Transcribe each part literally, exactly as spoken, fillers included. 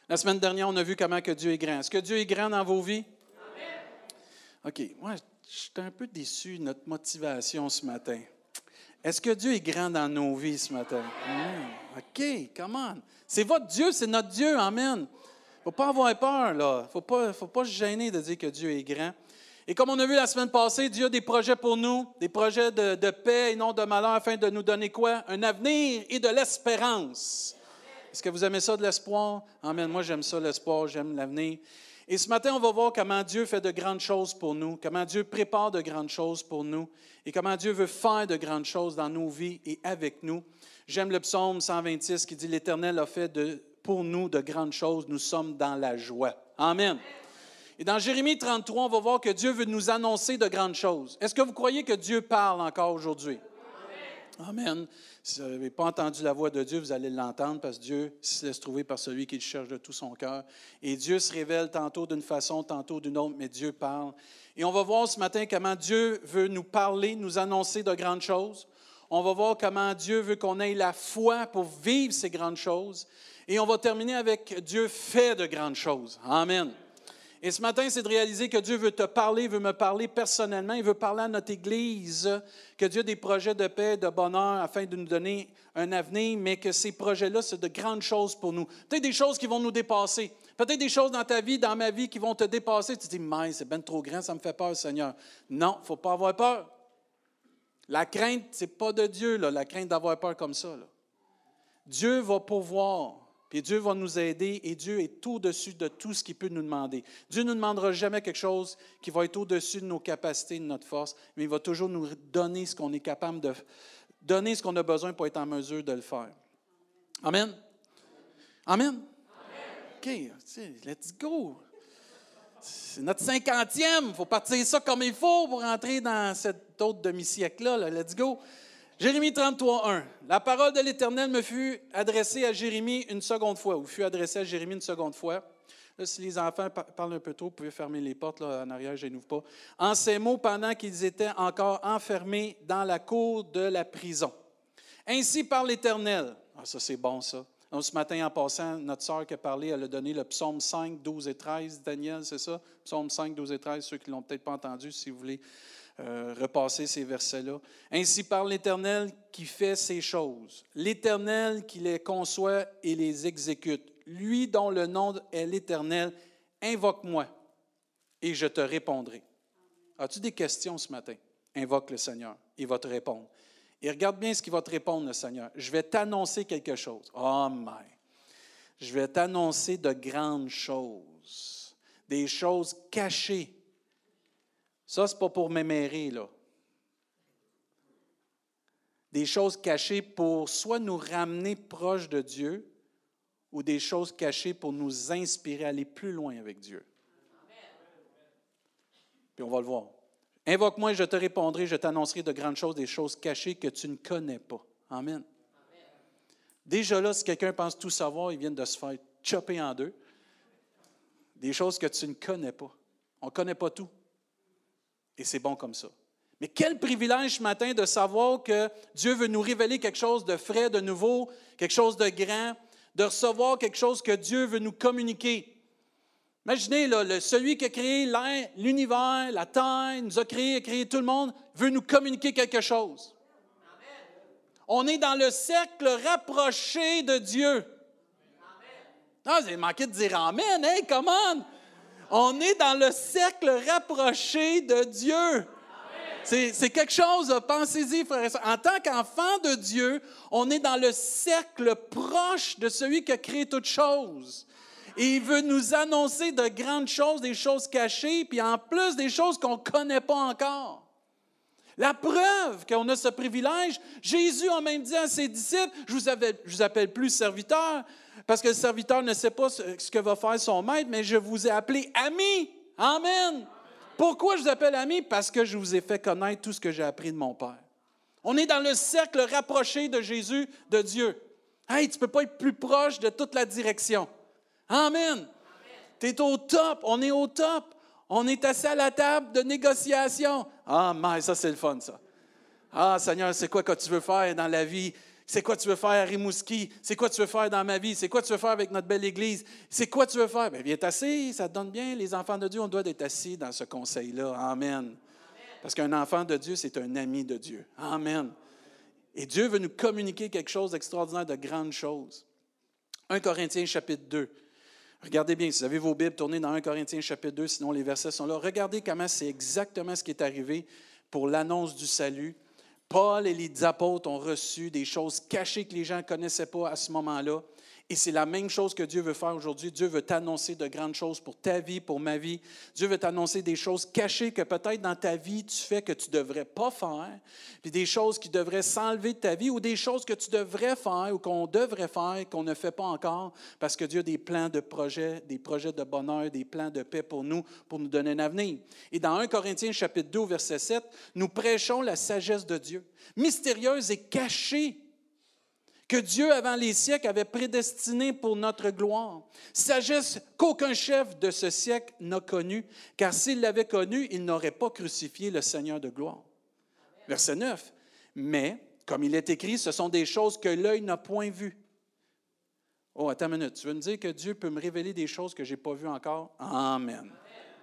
La semaine dernière, on a vu comment que Dieu est grand. Est-ce que Dieu est grand dans vos vies? Amen. OK. Moi, je suis un peu déçu de notre motivation ce matin. Est-ce que Dieu est grand dans nos vies ce matin? Mmh. OK, come on. C'est votre Dieu, c'est notre Dieu. Amen. Il ne faut pas avoir peur, là. Il ne faut pas, faut pas se gêner de dire que Dieu est grand. Et comme on a vu la semaine passée, Dieu a des projets pour nous, des projets de, de paix et non de malheur, afin de nous donner quoi? Un avenir et de l'espérance. Est-ce que vous aimez ça, de l'espoir? Amen. Moi, j'aime ça, l'espoir, j'aime l'avenir. Et ce matin, on va voir comment Dieu fait de grandes choses pour nous, comment Dieu prépare de grandes choses pour nous et comment Dieu veut faire de grandes choses dans nos vies et avec nous. J'aime le psaume cent vingt-six qui dit « L'Éternel a fait de, pour nous de grandes choses, nous sommes dans la joie. » Amen. Et dans Jérémie trente-trois, on va voir que Dieu veut nous annoncer de grandes choses. Est-ce que vous croyez que Dieu parle encore aujourd'hui? Amen. Amen. Si vous n'avez pas entendu la voix de Dieu, vous allez l'entendre parce que Dieu se laisse trouver par celui qui le cherche de tout son cœur. Et Dieu se révèle tantôt d'une façon, tantôt d'une autre, mais Dieu parle. Et on va voir ce matin comment Dieu veut nous parler, nous annoncer de grandes choses. On va voir comment Dieu veut qu'on ait la foi pour vivre ces grandes choses. Et on va terminer avec Dieu fait de grandes choses. Amen. Et ce matin, c'est de réaliser que Dieu veut te parler, veut me parler personnellement. Il veut parler à notre Église, que Dieu a des projets de paix, de bonheur, afin de nous donner un avenir, mais que ces projets-là, c'est de grandes choses pour nous. Peut-être des choses qui vont nous dépasser. Peut-être des choses dans ta vie, dans ma vie, qui vont te dépasser. Tu te dis, mais c'est bien trop grand, ça me fait peur, Seigneur. Non, il ne faut pas avoir peur. La crainte, ce n'est pas de Dieu, là, la crainte d'avoir peur comme ça. Là. Dieu va pourvoir. Puis Dieu va nous aider et Dieu est au-dessus de tout ce qu'il peut nous demander. Dieu ne nous demandera jamais quelque chose qui va être au-dessus de nos capacités, de notre force, mais il va toujours nous donner ce qu'on est capable de donner, ce qu'on a besoin pour être en mesure de le faire. Amen? Amen? Amen. OK, let's go. C'est notre cinquantième. Il faut partir ça comme il faut pour entrer dans cet autre demi-siècle-là. Là. Let's go. Jérémie trente-trois, un. La parole de l'Éternel me fut adressée à Jérémie une seconde fois, ou fut adressée à Jérémie une seconde fois. Là, si les enfants parlent un peu trop, vous pouvez fermer les portes là, en arrière, je n'ouvre pas. En ces mots, pendant qu'ils étaient encore enfermés dans la cour de la prison. Ainsi parle l'Éternel. Ah, ça, c'est bon, ça. Donc, ce matin, en passant, notre sœur qui a parlé, elle a donné le psaume cinq, douze et treize. Daniel, c'est ça? Psaume cinq, douze et treize, ceux qui ne l'ont peut-être pas entendu, si vous voulez. Euh, repasser ces versets-là. Ainsi parle l'Éternel qui fait ces choses, l'Éternel qui les conçoit et les exécute. Lui dont le nom est l'Éternel, invoque-moi et je te répondrai. As-tu des questions ce matin? Invoque le Seigneur, il va te répondre. Et regarde bien ce qu'il va te répondre, le Seigneur. Je vais t'annoncer quelque chose. Oh my! Je vais t'annoncer de grandes choses, des choses cachées. Ça, ce n'est pas pour m'émérer, là. Des choses cachées pour soit nous ramener proche de Dieu ou des choses cachées pour nous inspirer à aller plus loin avec Dieu. Puis on va le voir. Invoque-moi et je te répondrai, je t'annoncerai de grandes choses, des choses cachées que tu ne connais pas. Amen. Déjà là, si quelqu'un pense tout savoir, il vient de se faire chopper en deux. Des choses que tu ne connais pas. On ne connaît pas tout. Et c'est bon comme ça. Mais quel privilège ce matin de savoir que Dieu veut nous révéler quelque chose de frais, de nouveau, quelque chose de grand, de recevoir quelque chose que Dieu veut nous communiquer. Imaginez, là, le, celui qui a créé l'air, l'univers, la terre, nous a créé, a créé tout le monde, veut nous communiquer quelque chose. Amen. On est dans le cercle rapproché de Dieu. Amen. Ah, j'ai manqué de dire Amen, hey, come on! On est dans le cercle rapproché de Dieu. C'est, c'est quelque chose, pensez-y, frères et sœurs. En tant qu'enfant de Dieu, on est dans le cercle proche de celui qui a créé toutes choses. Et il veut nous annoncer de grandes choses, des choses cachées, puis en plus des choses qu'on ne connaît pas encore. La preuve qu'on a ce privilège, Jésus a même dit à ses disciples, je vous, avais, je vous appelle plus serviteur, parce que le serviteur ne sait pas ce que va faire son maître, mais je vous ai appelé ami. Amen. Pourquoi je vous appelle ami? Parce que je vous ai fait connaître tout ce que j'ai appris de mon Père. On est dans le cercle rapproché de Jésus, de Dieu. Hey, tu ne peux pas être plus proche de toute la direction. Amen. Tu es au top, on est au top. On est assis à la table de négociation. Ah, mais ça, c'est le fun, ça. Ah, Seigneur, c'est quoi que tu veux faire dans la vie? C'est quoi tu veux faire à Rimouski? C'est quoi tu veux faire dans ma vie? C'est quoi tu veux faire avec notre belle Église? C'est quoi tu veux faire? Bien, viens t'asseoir, ça te donne bien. Les enfants de Dieu, on doit être assis dans ce conseil-là. Amen. Parce qu'un enfant de Dieu, c'est un ami de Dieu. Amen. Et Dieu veut nous communiquer quelque chose d'extraordinaire, de grandes choses. un Corinthiens chapitre deux. Regardez bien, si vous avez vos Bibles, tournez dans un Corinthiens chapitre deux, sinon les versets sont là. Regardez comment c'est exactement ce qui est arrivé pour l'annonce du salut. Paul et les apôtres ont reçu des choses cachées que les gens ne connaissaient pas à ce moment-là. Et c'est la même chose que Dieu veut faire aujourd'hui. Dieu veut t'annoncer de grandes choses pour ta vie, pour ma vie. Dieu veut t'annoncer des choses cachées que peut-être dans ta vie, tu fais que tu ne devrais pas faire, puis des choses qui devraient s'enlever de ta vie ou des choses que tu devrais faire ou qu'on devrait faire qu'on ne fait pas encore parce que Dieu a des plans de projets, des projets de bonheur, des plans de paix pour nous, pour nous donner un avenir. Et dans un Corinthiens chapitre deux, verset sept, nous prêchons la sagesse de Dieu, mystérieuse et cachée, que Dieu, avant les siècles, avait prédestiné pour notre gloire. Sagesse qu'aucun chef de ce siècle n'a connue, car s'il l'avait connue, il n'aurait pas crucifié le Seigneur de gloire. Verset neuf. Mais, comme il est écrit, ce sont des choses que l'œil n'a point vues. Oh, attends une minute. Tu veux me dire que Dieu peut me révéler des choses que je n'ai pas vues encore? Amen.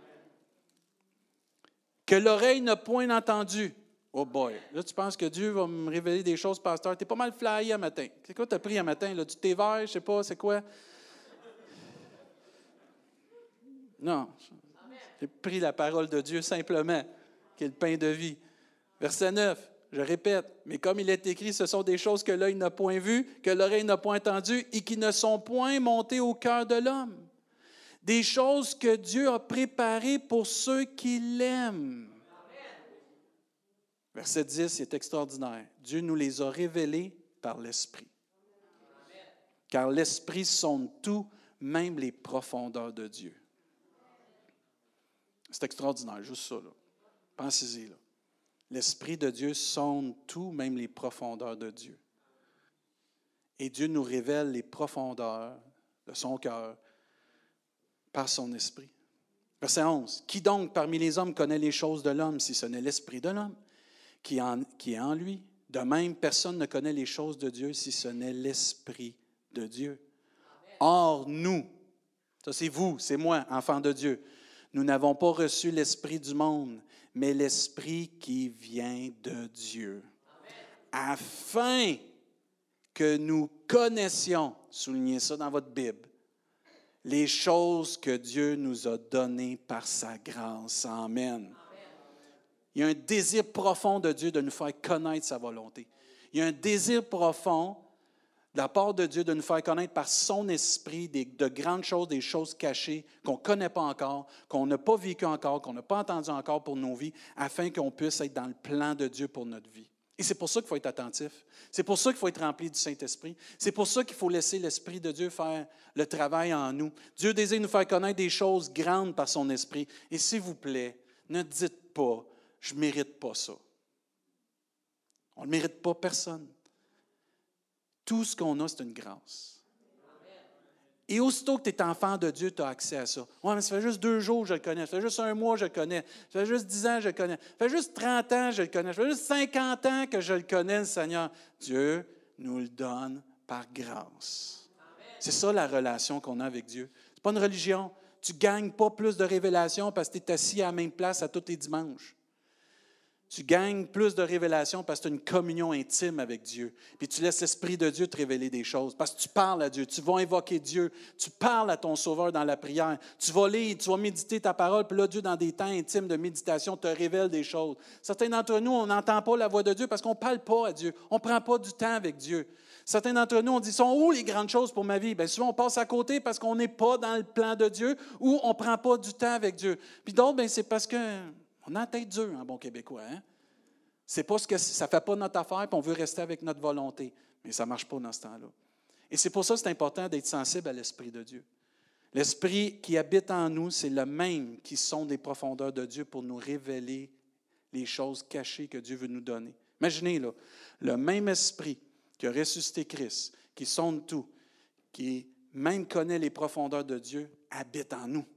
Que l'oreille n'a point entendu. Oh boy, là tu penses que Dieu va me révéler des choses, pasteur. Tu es pas mal flyé un matin. C'est quoi tu as pris un matin? Là? Du thé vert, je sais pas, c'est quoi? Non, j'ai pris la parole de Dieu simplement, qui est le pain de vie. Verset neuf, je répète, mais comme il est écrit, ce sont des choses que l'œil n'a point vues, que l'oreille n'a point entendues et qui ne sont point montées au cœur de l'homme. Des choses que Dieu a préparées pour ceux qui l'aiment. Verset dix, c'est extraordinaire. Dieu nous les a révélés par l'Esprit. Car l'Esprit sonde tout, même les profondeurs de Dieu. C'est extraordinaire, juste ça. Là. Pensez-y. Là. L'Esprit de Dieu sonde tout, même les profondeurs de Dieu. Et Dieu nous révèle les profondeurs de son cœur par son Esprit. Verset onze. Qui donc parmi les hommes connaît les choses de l'homme si ce n'est l'Esprit de l'homme? Qui, en, qui est en lui. De même, personne ne connaît les choses de Dieu si ce n'est l'Esprit de Dieu. Or, nous, ça c'est vous, c'est moi, enfants de Dieu, nous n'avons pas reçu l'Esprit du monde, mais l'Esprit qui vient de Dieu. Afin que nous connaissions, soulignez ça dans votre Bible, les choses que Dieu nous a données par sa grâce. Amen. Il y a un désir profond de Dieu de nous faire connaître sa volonté. Il y a un désir profond de la part de Dieu de nous faire connaître par son esprit des, de grandes choses, des choses cachées qu'on ne connaît pas encore, qu'on n'a pas vécu encore, qu'on n'a pas entendu encore pour nos vies, afin qu'on puisse être dans le plan de Dieu pour notre vie. Et c'est pour ça qu'il faut être attentif. C'est pour ça qu'il faut être rempli du Saint-Esprit. C'est pour ça qu'il faut laisser l'Esprit de Dieu faire le travail en nous. Dieu désire nous faire connaître des choses grandes par son esprit. Et s'il vous plaît, ne dites pas, je ne mérite pas ça. On ne mérite pas personne. Tout ce qu'on a, c'est une grâce. Et aussitôt que tu es enfant de Dieu, tu as accès à ça. Oui, mais ça fait juste deux jours que je le connais. Ça fait juste un mois que je le connais. Ça fait juste dix ans que je le connais. Ça fait juste trente ans que je le connais. Ça fait juste cinquante ans que je le connais, le Seigneur. Dieu nous le donne par grâce. C'est ça la relation qu'on a avec Dieu. Ce n'est pas une religion. Tu ne gagnes pas plus de révélation parce que tu es assis à la même place à tous les dimanches. Tu gagnes plus de révélation parce que tu as une communion intime avec Dieu. Puis tu laisses l'Esprit de Dieu te révéler des choses. Parce que tu parles à Dieu, tu vas invoquer Dieu, tu parles à ton Sauveur dans la prière. Tu vas lire, tu vas méditer ta parole, puis là, Dieu, dans des temps intimes de méditation, te révèle des choses. Certains d'entre nous, on n'entend pas la voix de Dieu parce qu'on ne parle pas à Dieu. On ne prend pas du temps avec Dieu. Certains d'entre nous, on dit, sont où les grandes choses pour ma vie? Bien, souvent, on passe à côté parce qu'on n'est pas dans le plan de Dieu ou on ne prend pas du temps avec Dieu. Puis d'autres, bien, c'est parce que... On a la tête dure, en bon québécois. Hein? C'est pas ce que, ça ne fait pas notre affaire, puis on veut rester avec notre volonté. Mais ça ne marche pas dans ce temps-là. Et c'est pour ça que c'est important d'être sensible à l'Esprit de Dieu. L'Esprit qui habite en nous, c'est le même qui sonde les profondeurs de Dieu pour nous révéler les choses cachées que Dieu veut nous donner. Imaginez, là, le même Esprit qui a ressuscité Christ, qui sonde tout, qui même connaît les profondeurs de Dieu, habite en nous.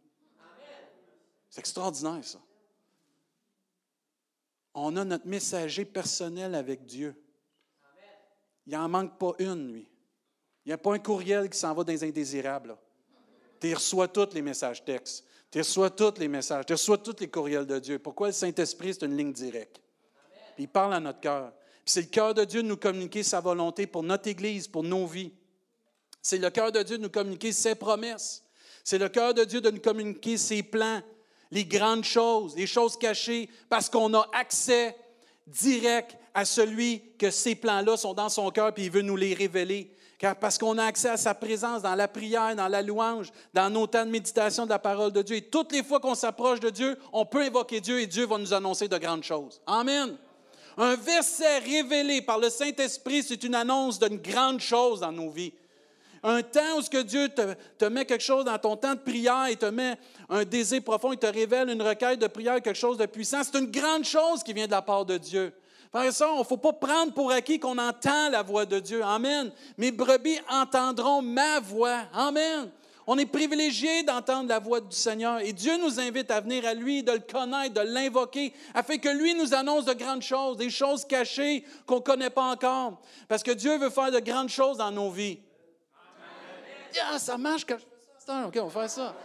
C'est extraordinaire, ça. On a notre messager personnel avec Dieu. il n'en manque pas une, lui. Il n'y a pas un courriel qui s'en va dans les indésirables. Tu reçois tous les messages textes. Tu reçois tous les messages. Tu reçois tous les courriels de Dieu. Pourquoi le Saint-Esprit, c'est une ligne directe? Puis il parle à notre cœur. Puis c'est le cœur de Dieu de nous communiquer sa volonté pour notre Église, pour nos vies. C'est le cœur de Dieu de nous communiquer ses promesses. C'est le cœur de Dieu de nous communiquer ses plans, les grandes choses, les choses cachées, parce qu'on a accès direct à celui que ces plans-là sont dans son cœur, puis il veut nous les révéler. Car parce qu'on a accès à sa présence dans la prière, dans la louange, dans nos temps de méditation de la parole de Dieu. Et toutes les fois qu'on s'approche de Dieu, on peut invoquer Dieu et Dieu va nous annoncer de grandes choses. Amen. Un verset révélé par le Saint-Esprit, c'est une annonce d'une grande chose dans nos vies. Un temps où ce que Dieu te, te met quelque chose dans ton temps de prière, il te met un désir profond, il te révèle une requête de prière, quelque chose de puissant. C'est une grande chose qui vient de la part de Dieu. Par ça, il ne faut pas prendre pour acquis qu'on entend la voix de Dieu. Amen. Mes brebis entendront ma voix. Amen. On est privilégiés d'entendre la voix du Seigneur. Et Dieu nous invite à venir à lui, de le connaître, de l'invoquer, afin que lui nous annonce de grandes choses, des choses cachées qu'on ne connaît pas encore. Parce que Dieu veut faire de grandes choses dans nos vies. Ah, ça marche quand je fais ça. OK, on va faire ça.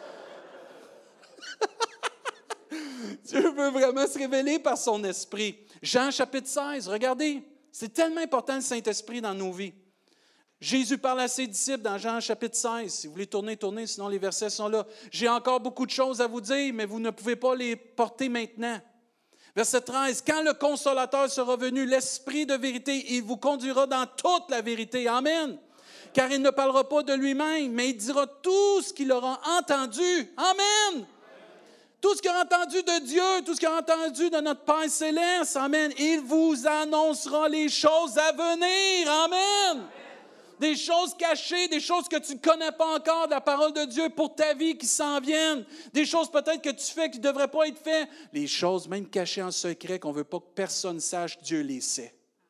Dieu veut vraiment se révéler par son esprit. Jean chapitre seize, regardez, c'est tellement important le Saint-Esprit dans nos vies. Jésus parle à ses disciples dans Jean chapitre seize. Si vous voulez tourner, tournez, sinon les versets sont là. J'ai encore beaucoup de choses à vous dire, mais vous ne pouvez pas les porter maintenant. Verset treize, quand le Consolateur sera venu, l'Esprit de vérité, il vous conduira dans toute la vérité. Amen. Car il ne parlera pas de lui-même, mais il dira tout ce qu'il aura entendu. Amen. Tout ce qu'il a entendu de Dieu, tout ce qu'il a entendu de notre Père céleste. Amen. Il vous annoncera les choses à venir. Amen. Amen. Des choses cachées, des choses que tu ne connais pas encore de la parole de Dieu pour ta vie qui s'en viennent. Des choses peut-être que tu fais qui ne devraient pas être faites. Les choses même cachées en secret qu'on ne veut pas que personne sache, Dieu les sait.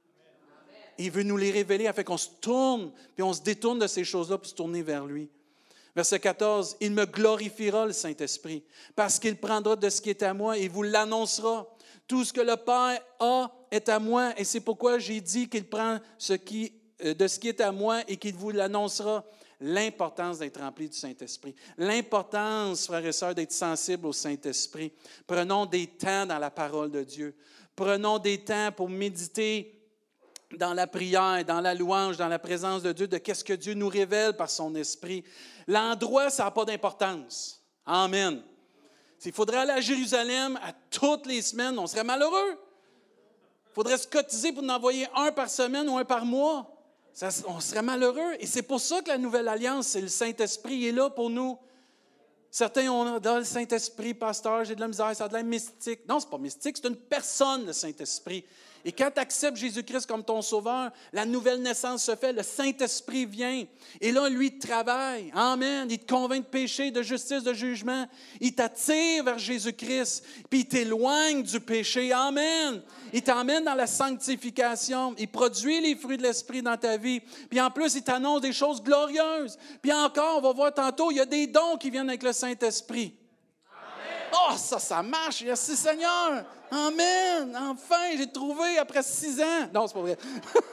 Il veut nous les révéler afin qu'on se tourne, puis on se détourne de ces choses-là pour se tourner vers lui. Verset quatorze, « Il me glorifiera, le Saint-Esprit, parce qu'il prendra de ce qui est à moi et vous l'annoncera. Tout ce que le Père a est à moi, et c'est pourquoi j'ai dit qu'il prend ce qui, euh, de ce qui est à moi et qu'il vous l'annoncera. » L'importance d'être rempli du Saint-Esprit. L'importance, frères et sœurs, d'être sensibles au Saint-Esprit. Prenons des temps dans la parole de Dieu. Prenons des temps pour méditer dans la prière, dans la louange, dans la présence de Dieu, de qu'est-ce que Dieu nous révèle par son Esprit. L'endroit, ça n'a pas d'importance. Amen. S'il faudrait aller à Jérusalem à toutes les semaines, on serait malheureux. Il faudrait se cotiser pour en envoyer un par semaine ou un par mois. Ça, on serait malheureux. Et c'est pour ça que la Nouvelle Alliance, c'est le Saint-Esprit, il est là pour nous. Certains ont dit, le Saint-Esprit, pasteur, j'ai de la misère, ça a de l'air mystique. Non, ce n'est pas mystique, c'est une personne, le Saint-Esprit. Et quand tu acceptes Jésus-Christ comme ton sauveur, la nouvelle naissance se fait, le Saint-Esprit vient. Et là, lui, il travaille. Amen. Il te convainc de péché, de justice, de jugement. Il t'attire vers Jésus-Christ, puis il t'éloigne du péché. Amen. Il t'emmène dans la sanctification. Il produit les fruits de l'Esprit dans ta vie. Puis en plus, il t'annonce des choses glorieuses. Puis encore, on va voir tantôt, il y a des dons qui viennent avec le Saint-Esprit. Oh, ça, ça marche. Merci Seigneur. Amen. Enfin, j'ai trouvé après six ans. Non, c'est pas vrai.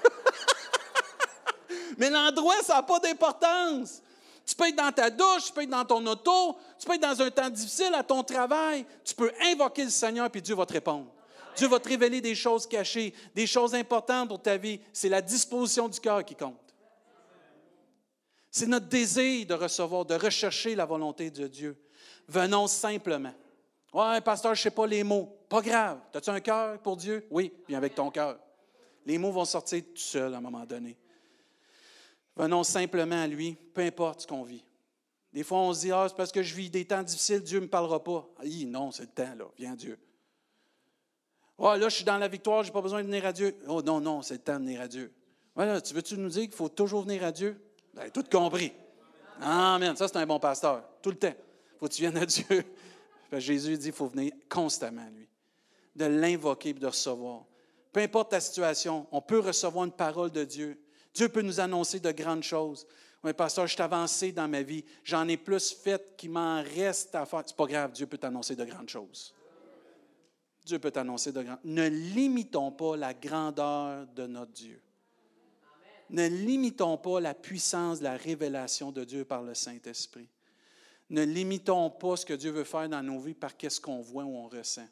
Mais l'endroit, ça n'a pas d'importance. Tu peux être dans ta douche, tu peux être dans ton auto, tu peux être dans un temps difficile à ton travail. Tu peux invoquer le Seigneur, puis Dieu va te répondre. Dieu va te révéler des choses cachées, des choses importantes pour ta vie. C'est la disposition du cœur qui compte. C'est notre désir de recevoir, de rechercher la volonté de Dieu. Venons simplement. Ouais, pasteur, je ne sais pas les mots. Pas grave. As-tu un cœur pour Dieu? Oui, viens avec ton cœur. Les mots vont sortir tout seuls à un moment donné. Venons simplement à lui, peu importe ce qu'on vit. Des fois, on se dit, ah, c'est parce que je vis des temps difficiles, Dieu ne me parlera pas. Ah, non, c'est le temps, là. Viens Dieu. Oh, là, je suis dans la victoire, je n'ai pas besoin de venir à Dieu. Oh, non, non, c'est le temps de venir à Dieu. Voilà, tu veux-tu nous dire qu'il faut toujours venir à Dieu? Bien, tout compris. Amen. Ça, c'est un bon pasteur. Tout le temps. Il faut que tu viennes à Dieu. Jésus dit qu'il faut venir constamment à lui, de l'invoquer et de recevoir. Peu importe ta situation, on peut recevoir une parole de Dieu. Dieu peut nous annoncer de grandes choses. Oui, pasteur, je suis avancé dans ma vie. J'en ai plus fait qu'il m'en reste à faire. C'est pas grave, Dieu peut t'annoncer de grandes choses. Dieu peut t'annoncer de grandes choses. Ne limitons pas la grandeur de notre Dieu. Ne limitons pas la puissance de la révélation de Dieu par le Saint-Esprit. Ne limitons pas ce que Dieu veut faire dans nos vies par qu'est-ce qu'on voit ou on ressent.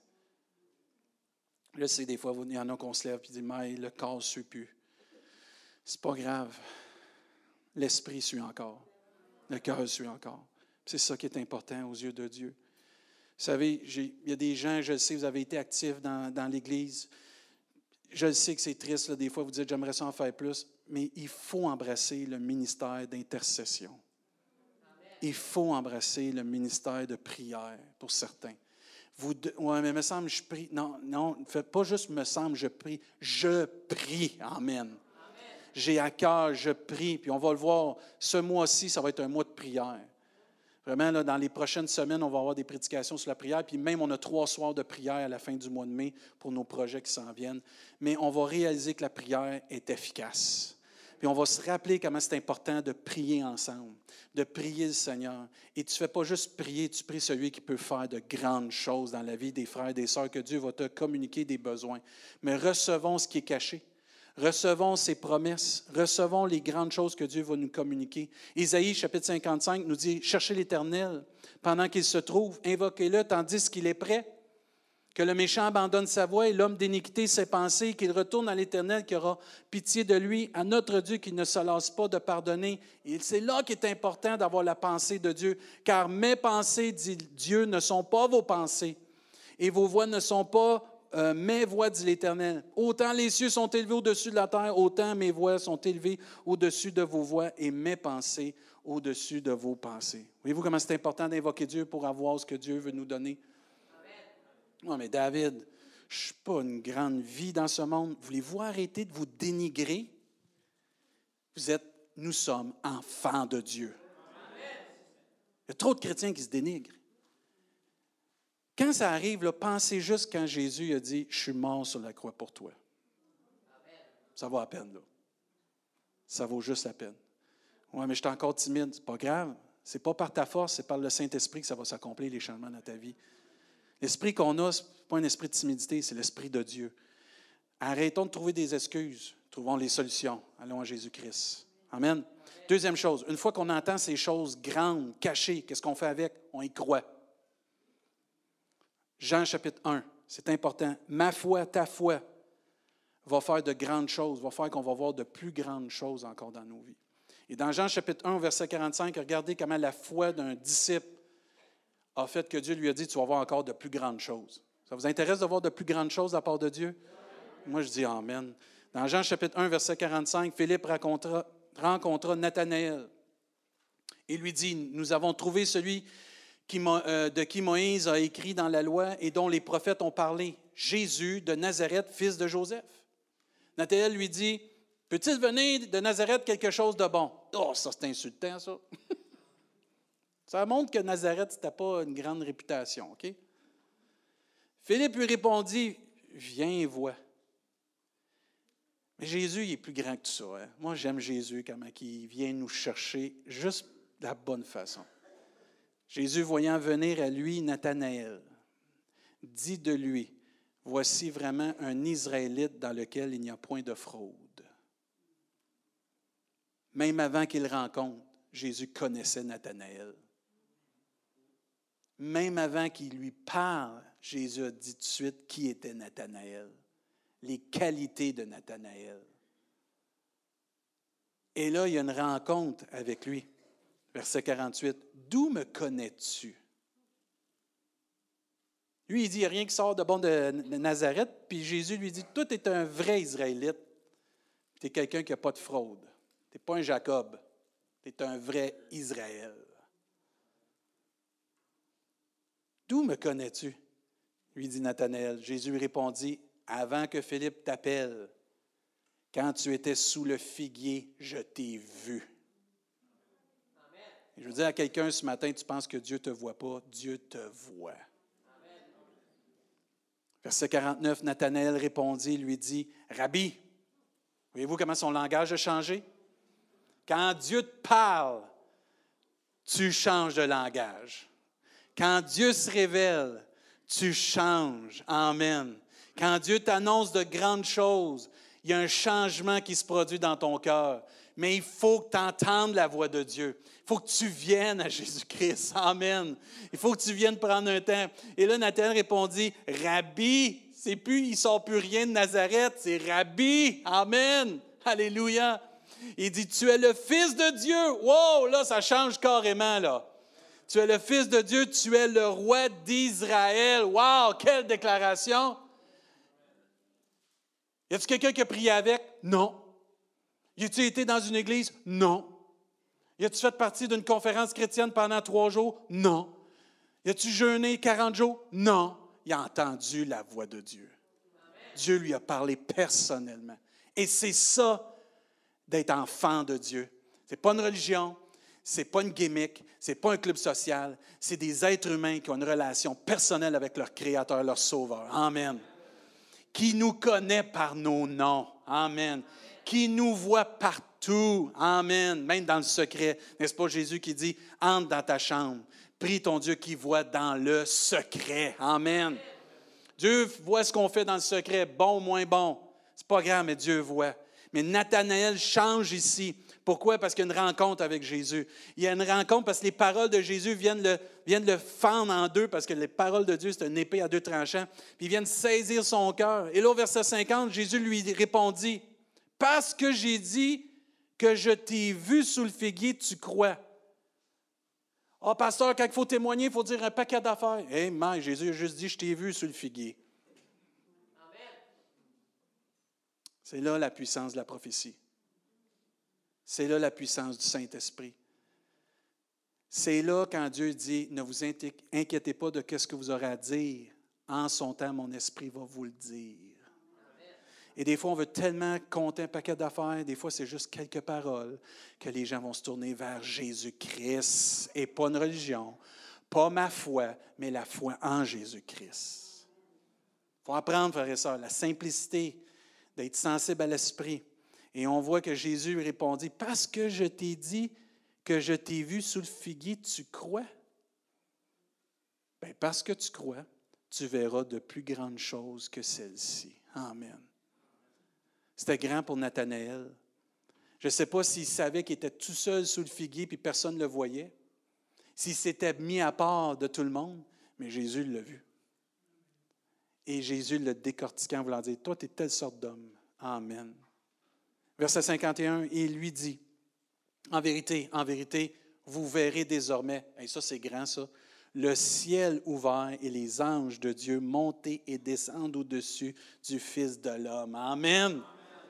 Je sais, des fois, il y en a qu'on se lève et dit « Mais le corps ne suit plus. » C'est pas grave. L'esprit suit encore. Le cœur suit encore. C'est ça qui est important aux yeux de Dieu. Vous savez, il y a des gens, je le sais, vous avez été actifs dans, dans l'Église. Je le sais que c'est triste, là, des fois, vous dites « J'aimerais ça en faire plus. » Mais il faut embrasser le ministère d'intercession. Il faut embrasser le ministère de prière pour certains. Vous, ouais, mais me semble, je prie. Non, non, faites pas juste me semble, je prie. Je prie. Amen. Amen. J'ai à cœur, je prie. Puis on va le voir, ce mois-ci, ça va être un mois de prière. Vraiment, là, dans les prochaines semaines, on va avoir des prédications sur la prière. Puis même, on a trois soirs de prière à la fin du mois de mai pour nos projets qui s'en viennent. Mais on va réaliser que la prière est efficace. Puis on va se rappeler comment c'est important de prier ensemble, de prier le Seigneur. Et tu ne fais pas juste prier, tu pries celui qui peut faire de grandes choses dans la vie des frères et des sœurs, que Dieu va te communiquer des besoins. Mais recevons ce qui est caché. Recevons ses promesses. Recevons les grandes choses que Dieu va nous communiquer. Isaïe, chapitre cinquante-cinq, nous dit « Cherchez l'Éternel pendant qu'il se trouve, invoquez-le tandis qu'il est prêt. » Que le méchant abandonne sa voie et l'homme d'iniquité ses pensées, qu'il retourne à l'Éternel qui aura pitié de lui, à notre Dieu qui ne se lasse pas de pardonner. Et c'est là qu'il est important d'avoir la pensée de Dieu, car mes pensées, dit Dieu, ne sont pas vos pensées, et vos voies ne sont pas euh, mes voies, dit l'Éternel. Autant les cieux sont élevés au-dessus de la terre, autant mes voies sont élevées au-dessus de vos voies, et mes pensées au-dessus de vos pensées. Voyez-vous comment c'est important d'invoquer Dieu pour avoir ce que Dieu veut nous donner? Non, mais David, je ne suis pas une grande vie dans ce monde. Voulez-vous arrêter de vous dénigrer? Vous êtes, nous sommes enfants de Dieu. Il y a trop de chrétiens qui se dénigrent. Quand ça arrive, là, pensez juste quand Jésus a dit « Je suis mort sur la croix pour toi ». Ça vaut la peine, là. Ça vaut juste la peine. Oui, mais je suis encore timide. C'est pas grave. Ce n'est pas par ta force, c'est par le Saint-Esprit que ça va s'accomplir, les changements dans ta vie. L'esprit qu'on a, ce n'est pas un esprit de timidité, c'est l'esprit de Dieu. Arrêtons de trouver des excuses. Trouvons les solutions. Allons à Jésus-Christ. Amen. Amen. Deuxième chose, une fois qu'on entend ces choses grandes, cachées, qu'est-ce qu'on fait avec? On y croit. Jean chapitre un, c'est important. Ma foi, ta foi va faire de grandes choses, va faire qu'on va voir de plus grandes choses encore dans nos vies. Et dans Jean chapitre un, verset quarante-cinq, regardez comment la foi d'un disciple a fait que Dieu lui a dit, tu vas voir encore de plus grandes choses. Ça vous intéresse de voir de plus grandes choses de la part de Dieu? Moi, je dis Amen. Dans Jean chapitre un, verset quarante-cinq, Philippe rencontra, rencontra Nathanaël et lui dit, nous avons trouvé celui qui, euh, de qui Moïse a écrit dans la loi et dont les prophètes ont parlé, Jésus de Nazareth, fils de Joseph. Nathanaël lui dit, peut-il venir de Nazareth quelque chose de bon? Oh, ça c'est insultant, ça. Ça montre que Nazareth, ce n'était pas une grande réputation, OK? Philippe lui répondit, viens et vois. Mais Jésus, il est plus grand que tout ça. Hein? Moi, j'aime Jésus, comment il vient nous chercher juste de la bonne façon. Jésus, voyant venir à lui Nathanaël, dit de lui, voici vraiment un Israélite dans lequel il n'y a point de fraude. Même avant qu'il le rencontre, Jésus connaissait Nathanaël. Même avant qu'il lui parle, Jésus a dit tout de suite qui était Nathanaël, les qualités de Nathanaël. Et là, il y a une rencontre avec lui. Verset quarante-huit. D'où me connais-tu? Lui, il dit, il n'y a rien qui sort de bon de Nazareth. Puis Jésus lui dit, toi, tu es un vrai Israélite. Tu es quelqu'un qui n'a pas de fraude. Tu n'es pas un Jacob. Tu es un vrai Israël. D'où me connais-tu? Lui dit Nathanaël. Jésus lui répondit, avant que Philippe t'appelle, quand tu étais sous le figuier, je t'ai vu. Et je veux dire à quelqu'un ce matin, tu penses que Dieu ne te voit pas, Dieu te voit. Amen. Verset quarante-neuf, Nathanaël répondit, lui dit, Rabbi, voyez-vous comment son langage a changé? Quand Dieu te parle, tu changes de langage. Quand Dieu se révèle, tu changes. Amen. Quand Dieu t'annonce de grandes choses, Il y a un changement qui se produit dans ton cœur. Mais il faut que tu entendes la voix de Dieu. Il faut que tu viennes à Jésus-Christ. Amen. Il faut que tu viennes prendre un temps. Et là, Nathanaël répondit, « Rabbi, c'est plus, il ne sort plus rien de Nazareth, c'est Rabbi. Amen. Alléluia. » Il dit, « Tu es le Fils de Dieu. » Wow, là, ça change carrément, là. Tu es le Fils de Dieu, tu es le roi d'Israël. Wow, quelle déclaration! Y a-t-il quelqu'un qui a prié avec? Non. Y a-t-il été dans une église? Non. Y a-t-il fait partie d'une conférence chrétienne pendant trois jours? Non. Y a-t-il jeûné quarante jours? Non. Il a entendu la voix de Dieu. Dieu lui a parlé personnellement. Et c'est ça d'être enfant de Dieu. Ce n'est pas une religion, ce n'est pas une gimmick, ce n'est pas un club social, c'est des êtres humains qui ont une relation personnelle avec leur Créateur, leur Sauveur. Amen. Qui nous connaît par nos noms. Amen. Qui nous voit partout. Amen. Même dans le secret. N'est-ce pas Jésus qui dit, entre dans ta chambre, prie ton Dieu qui voit dans le secret. Amen. Dieu voit ce qu'on fait dans le secret, bon ou moins bon. C'est pas grave, mais Dieu voit. Mais Nathanaël change ici. Pourquoi? Parce qu'il y a une rencontre avec Jésus. Il y a une rencontre parce que les paroles de Jésus viennent le, viennent le fendre en deux, parce que les paroles de Dieu, c'est une épée à deux tranchants. Puis ils viennent saisir son cœur. Et là, au verset cinquante, Jésus lui répondit, « Parce que j'ai dit que je t'ai vu sous le figuier, tu crois. » Ah, oh, pasteur, quand il faut témoigner, il faut dire un paquet d'affaires. Eh, hey, mais Jésus a juste dit, « Je t'ai vu sous le figuier. » C'est là la puissance de la prophétie. C'est là la puissance du Saint-Esprit. C'est là quand Dieu dit, ne vous inquiétez pas de ce que vous aurez à dire. En son temps, mon esprit va vous le dire. Et des fois, on veut tellement compter un paquet d'affaires, des fois, c'est juste quelques paroles que les gens vont se tourner vers Jésus-Christ. Et pas une religion, pas ma foi, mais la foi en Jésus-Christ. Il faut apprendre, frères et sœurs, la simplicité, d'être sensible à l'esprit. Et on voit que Jésus lui répondit, « Parce que je t'ai dit que je t'ai vu sous le figuier, tu crois? » Bien, parce que tu crois, tu verras de plus grandes choses que celles-ci. Amen. C'était grand pour Nathanaël. Je ne sais pas s'il savait qu'il était tout seul sous le figuier et personne ne le voyait, s'il s'était mis à part de tout le monde, mais Jésus l'a vu. Et Jésus le décortiquait en voulant dire, « Toi, tu es telle sorte d'homme. » Amen. Verset cinquante et un, il lui dit, « En vérité, en vérité, vous verrez désormais, et ça c'est grand ça, le ciel ouvert et les anges de Dieu monter et descendre au-dessus du Fils de l'homme. » Amen.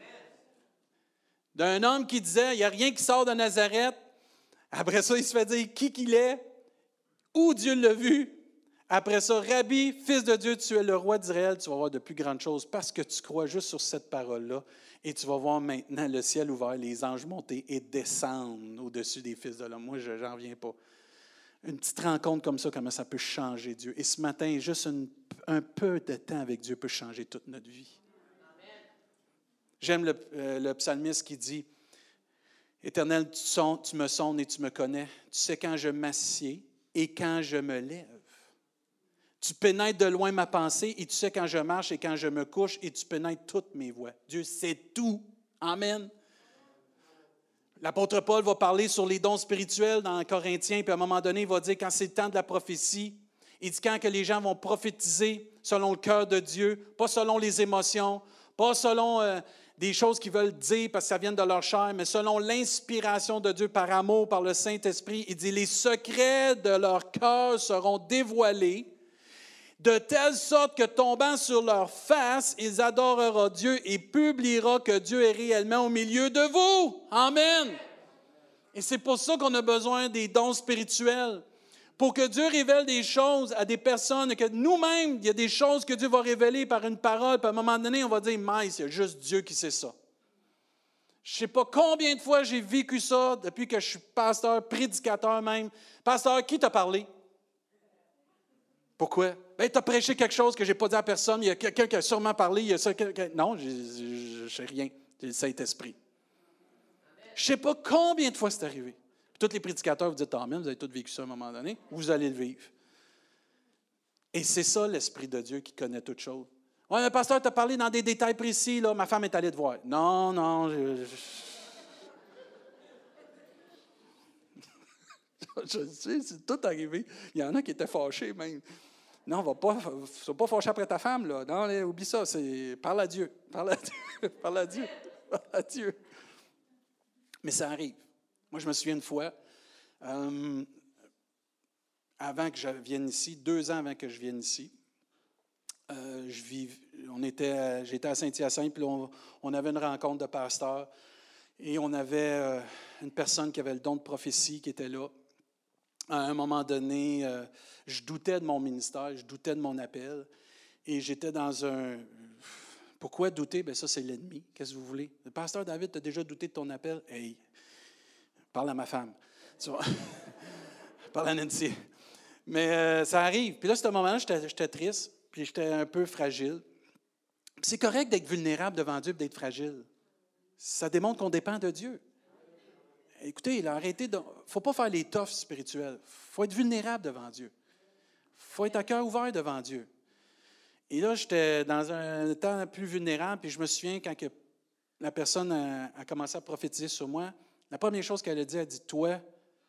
D'un homme qui disait, il n'y a rien qui sort de Nazareth. Après ça, il se fait dire qui qu'il est, où Dieu l'a vu. Après ça, Rabbi, Fils de Dieu, tu es le roi d'Israël, tu vas voir de plus grandes choses parce que tu crois juste sur cette parole-là. Et tu vas voir maintenant le ciel ouvert, les anges monter et descendre au-dessus des fils de l'homme. Moi, je n'en reviens pas. Une petite rencontre comme ça, comment ça peut changer Dieu. Et ce matin, juste une, un peu de temps avec Dieu peut changer toute notre vie. J'aime le, euh, le psalmiste qui dit, « Éternel, tu, son, tu me sondes et tu me connais. Tu sais quand je m'assieds et quand je me lève. Tu pénètres de loin ma pensée et tu sais quand je marche et quand je me couche et tu pénètres toutes mes voies. » Dieu sait tout. Amen. L'apôtre Paul va parler sur les dons spirituels dans Corinthiens, puis à un moment donné, il va dire quand c'est le temps de la prophétie, il dit quand que les gens vont prophétiser selon le cœur de Dieu, pas selon les émotions, pas selon euh, des choses qu'ils veulent dire parce que ça vient de leur chair, mais selon l'inspiration de Dieu par amour, par le Saint-Esprit. Il dit les secrets de leur cœur seront dévoilés, de telle sorte que tombant sur leur face, ils adoreront Dieu et publiera que Dieu est réellement au milieu de vous. Amen. Et c'est pour ça qu'on a besoin des dons spirituels. Pour que Dieu révèle des choses à des personnes, que nous-mêmes, il y a des choses que Dieu va révéler par une parole, puis à un moment donné, on va dire, mais c'est juste Dieu qui sait ça. Je ne sais pas combien de fois j'ai vécu ça depuis que je suis pasteur, prédicateur même. Pasteur, qui t'a parlé? Pourquoi? Ben, tu as prêché quelque chose que je n'ai pas dit à personne. Il y a quelqu'un qui a sûrement parlé. Il y a ça, non, je ne sais rien. C'est le Saint-Esprit. Je ne sais pas combien de fois c'est arrivé. Puis, tous les prédicateurs, vous dites Amen, vous avez tous vécu ça à un moment donné. Vous allez le vivre. Et c'est ça l'Esprit de Dieu qui connaît toutes choses. Ouais, le pasteur t'a parlé dans des détails précis, là. Ma femme est allée te voir. Non, non, je... je... je sais, c'est tout arrivé. Il y en a qui étaient fâchés même. Non, on va pas, ne sois pas fâché après ta femme, là. Non, allez, oublie ça. C'est, parle à Dieu. Parle à Dieu. Parle à Dieu. Parle à Dieu. Mais ça arrive. Moi, je me souviens une fois, euh, avant que je vienne ici, deux ans avant que je vienne ici, euh, je vis, on était, j'étais à Saint-Hyacinthe, puis on, on avait une rencontre de pasteurs, et on avait euh, une personne qui avait le don de prophétie qui était là. À un moment donné, euh, je doutais de mon ministère, je doutais de mon appel, et j'étais dans un... Pourquoi douter? Bien, ça, c'est l'ennemi. Qu'est-ce que vous voulez? Le pasteur David, tu as déjà douté de ton appel? Hey, parle à ma femme. Tu vois? Parle à Nancy. Mais euh, ça arrive. Puis là, à ce moment-là, j'étais, j'étais triste, puis j'étais un peu fragile. Puis c'est correct d'être vulnérable devant Dieu et d'être fragile. Ça démontre qu'on dépend de Dieu. Écoutez, il a arrêté de... Il ne faut pas faire les toughs spirituels. Il faut être vulnérable devant Dieu. Il faut être à cœur ouvert devant Dieu. Et là, j'étais dans un temps plus vulnérable, puis je me souviens quand que la personne a, a commencé à prophétiser sur moi, la première chose qu'elle a dit, elle a dit, « Toi,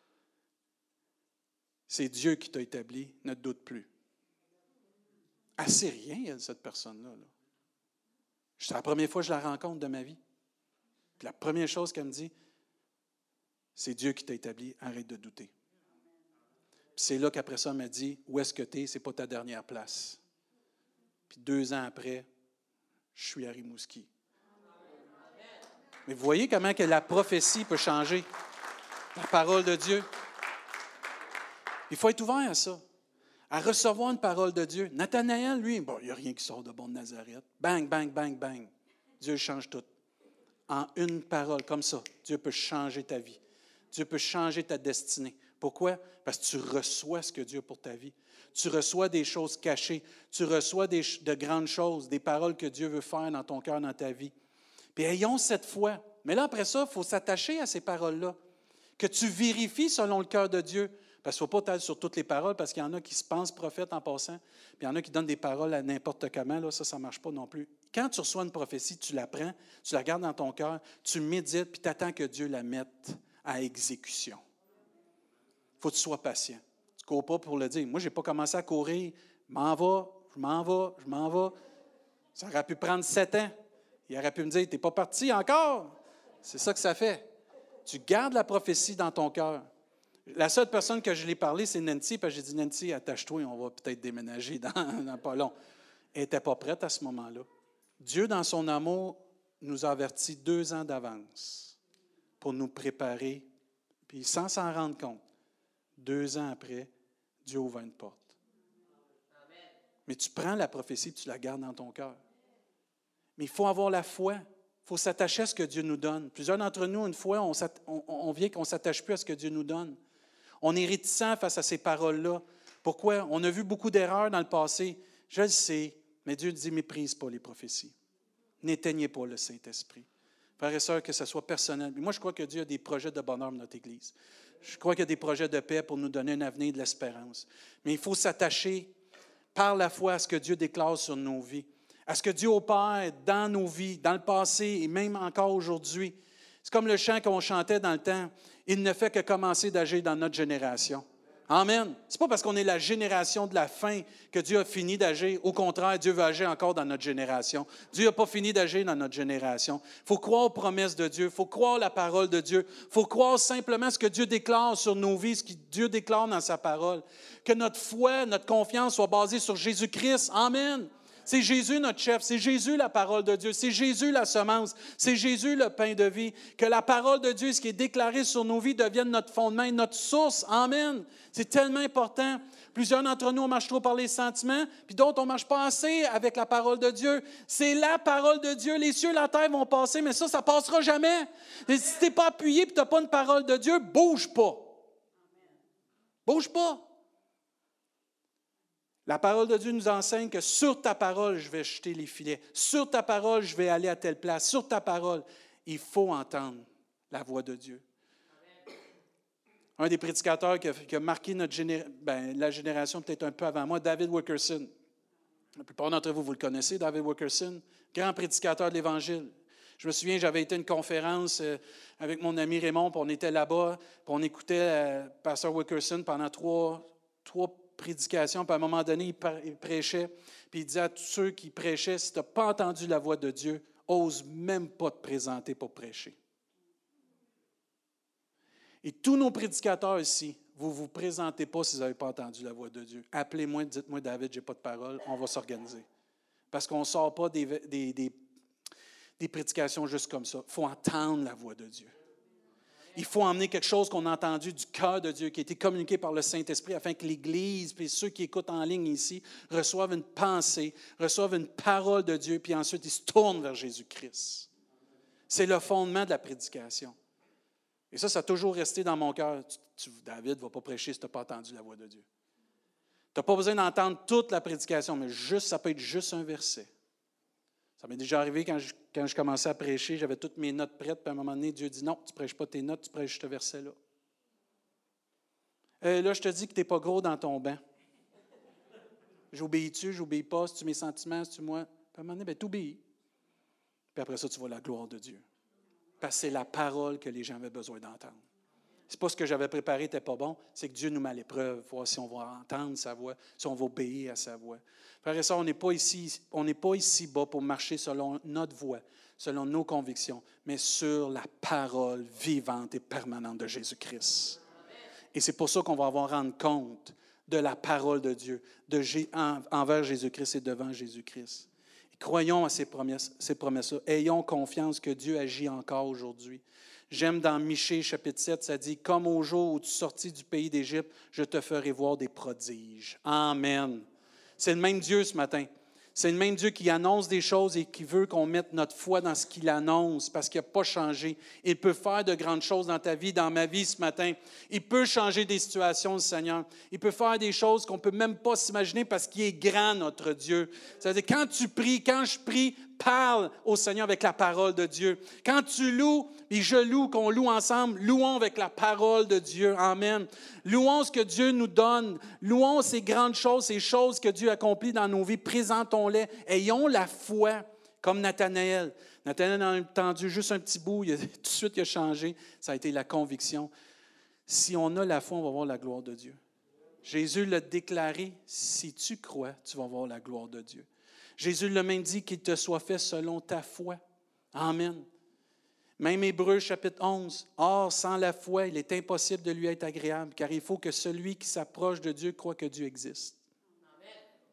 c'est Dieu qui t'a établi, ne te doute plus. » Elle ne sait rien, elle, cette personne-là. Là. C'est la première fois que je la rencontre de ma vie. Puis la première chose qu'elle me dit, c'est Dieu qui t'a établi, arrête de douter. Puis c'est là qu'après ça, elle m'a dit, où est-ce que tu es? Ce n'est pas ta dernière place. Puis deux ans après, je suis à Rimouski. Mais vous voyez comment que la prophétie peut changer la parole de Dieu. Il faut être ouvert à ça, à recevoir une parole de Dieu. Nathanaël, lui, bon, il n'y a rien qui sort de bon de Nazareth. Bang, bang, bang, bang. Dieu change tout. En une parole, comme ça, Dieu peut changer ta vie. Dieu peut changer ta destinée. Pourquoi? Parce que tu reçois ce que Dieu a pour ta vie. Tu reçois des choses cachées. Tu reçois des, de grandes choses, des paroles que Dieu veut faire dans ton cœur, dans ta vie. Puis ayons cette foi. Mais là, après ça, il faut s'attacher à ces paroles-là. Que tu vérifies selon le cœur de Dieu. Parce qu'il ne faut pas t'aller sur toutes les paroles, parce qu'il y en a qui se pensent prophètes en passant, puis il y en a qui donnent des paroles à n'importe comment. Là, ça, ça ne marche pas non plus. Quand tu reçois une prophétie, tu la prends, tu la gardes dans ton cœur, tu médites, puis tu attends que Dieu la mette à exécution. Il faut que tu sois patient. Tu ne cours pas pour le dire. Moi, je n'ai pas commencé à courir. Je m'en vais, je m'en vais, je m'en vais. Ça aurait pu prendre sept ans. Il aurait pu me dire, tu n'es pas parti encore. C'est ça que ça fait. Tu gardes la prophétie dans ton cœur. La seule personne que je l'ai parlé, c'est Nancy, parce que j'ai dit, Nancy, attache-toi, on va peut-être déménager dans, dans pas long. Elle n'était pas prête à ce moment-là. Dieu, dans son amour, nous a avertis deux ans d'avance pour nous préparer, puis sans s'en rendre compte, deux ans après, Dieu ouvre une porte. Amen. Mais tu prends la prophétie, tu la gardes dans ton cœur. Mais il faut avoir la foi. Il faut s'attacher à ce que Dieu nous donne. Plusieurs d'entre nous, une fois, on, on, on vient qu'on ne s'attache plus à ce que Dieu nous donne. On est réticent face à ces paroles-là. Pourquoi? On a vu beaucoup d'erreurs dans le passé. Je le sais, mais Dieu dit, méprise pas les prophéties. N'éteignez pas le Saint-Esprit. Frères et sœurs, que ce soit personnel. Moi, je crois que Dieu a des projets de bonheur dans notre Église. Je crois qu'il y a des projets de paix pour nous donner un avenir et de l'espérance. Mais il faut s'attacher par la foi à ce que Dieu déclare sur nos vies. À ce que Dieu opère dans nos vies, dans le passé et même encore aujourd'hui. C'est comme le chant qu'on chantait dans le temps. Il ne fait que commencer d'agir dans notre génération. Amen. Ce n'est pas parce qu'on est la génération de la fin que Dieu a fini d'agir. Au contraire, Dieu veut agir encore dans notre génération. Dieu n'a pas fini d'agir dans notre génération. Il faut croire aux promesses de Dieu. Il faut croire la parole de Dieu. Il faut croire simplement ce que Dieu déclare sur nos vies, ce que Dieu déclare dans sa parole. Que notre foi, notre confiance soit basée sur Jésus-Christ. Amen. C'est Jésus notre chef, c'est Jésus la parole de Dieu, c'est Jésus la semence, c'est Jésus le pain de vie. Que la parole de Dieu, ce qui est déclaré sur nos vies, devienne notre fondement et notre source. Amen. C'est tellement important. Plusieurs d'entre nous, on marche trop par les sentiments, puis d'autres, on ne marche pas assez avec la parole de Dieu. C'est la parole de Dieu. Les cieux et la terre vont passer, mais ça, ça ne passera jamais. Et si tu n'es pas appuyé et tu n'as pas une parole de Dieu, bouge pas. Bouge pas. La parole de Dieu nous enseigne que sur ta parole, je vais jeter les filets. Sur ta parole, je vais aller à telle place. Sur ta parole, il faut entendre la voix de Dieu. Un des prédicateurs qui a, qui a marqué notre géné- ben, la génération peut-être un peu avant moi, David Wilkerson. La plupart d'entre vous, vous le connaissez, David Wilkerson, grand prédicateur de l'Évangile. Je me souviens, j'avais été à une conférence avec mon ami Raymond, puis on était là-bas, puis on écoutait le pasteur Wilkerson pendant trois, trois prédications, puis à un moment donné, il, il prêchait, puis il disait à tous ceux qui prêchaient, si tu n'as pas entendu la voix de Dieu, ose même pas te présenter pour prêcher. Et tous nos prédicateurs ici, vous ne vous présentez pas si vous n'avez pas entendu la voix de Dieu. Appelez-moi, dites-moi, David, je n'ai pas de parole, on va s'organiser. Parce qu'on ne sort pas des, des, des, des prédications juste comme ça. Il faut entendre la voix de Dieu. Il faut emmener quelque chose qu'on a entendu du cœur de Dieu, qui a été communiqué par le Saint-Esprit, afin que l'Église, puis ceux qui écoutent en ligne ici, reçoivent une pensée, reçoivent une parole de Dieu, puis ensuite ils se tournent vers Jésus-Christ. C'est le fondement de la prédication. Et ça, ça a toujours resté dans mon cœur. Tu, tu, David ne va pas prêcher si tu n'as pas entendu la voix de Dieu. Tu n'as pas besoin d'entendre toute la prédication, mais juste, ça peut être juste un verset. Ça m'est déjà arrivé quand je, quand je commençais à prêcher, j'avais toutes mes notes prêtes, puis à un moment donné, Dieu dit non, tu ne prêches pas tes notes, tu prêches juste ce verset-là. Euh, là, je te dis que tu n'es pas gros dans ton banc. J'obéis-tu, j'obéis pas, si tu mes sentiments, si tu moi. Puis à un moment donné, bien, tu obéis. Puis après ça, tu vois la gloire de Dieu. Parce que c'est la parole que les gens avaient besoin d'entendre. Ce n'est pas ce que j'avais préparé n'était pas bon, c'est que Dieu nous met à l'épreuve, voir si on va entendre sa voix, si on va obéir à sa voix. Frères et sœurs, on n'est pas ici, on n'est pas ici bas pour marcher selon notre voix, selon nos convictions, mais sur la parole vivante et permanente de Jésus-Christ. Et c'est pour ça qu'on va avoir rendre compte de la parole de Dieu, de G, en, envers Jésus-Christ et devant Jésus-Christ. Et croyons à ces promesses, ces promesses-là. Ayons confiance que Dieu agit encore aujourd'hui. J'aime dans Michée, chapitre sept, ça dit « Comme au jour où tu sortis du pays d'Égypte, je te ferai voir des prodiges. » Amen. C'est le même Dieu ce matin. C'est le même Dieu qui annonce des choses et qui veut qu'on mette notre foi dans ce qu'il annonce parce qu'il n'a pas changé. Il peut faire de grandes choses dans ta vie, dans ma vie ce matin. Il peut changer des situations, le Seigneur. Il peut faire des choses qu'on ne peut même pas s'imaginer parce qu'il est grand, notre Dieu. C'est-à-dire, quand tu pries, quand je prie, parle au Seigneur avec la parole de Dieu. Quand tu loues, et je loue, qu'on loue ensemble, louons avec la parole de Dieu. Amen. Louons ce que Dieu nous donne. Louons ces grandes choses, ces choses que Dieu accomplit dans nos vies. Présentons-les. Ayons la foi comme Nathanaël. Nathanaël a entendu juste un petit bout, il a, tout de suite il a changé. Ça a été la conviction. Si on a la foi, on va voir la gloire de Dieu. Jésus l'a déclaré, si tu crois, tu vas voir la gloire de Dieu. Jésus l'a même dit qu'il te soit fait selon ta foi. Amen. Même Hébreux, chapitre onze. Or, sans la foi, il est impossible de lui être agréable, car il faut que celui qui s'approche de Dieu croit que Dieu existe. Amen.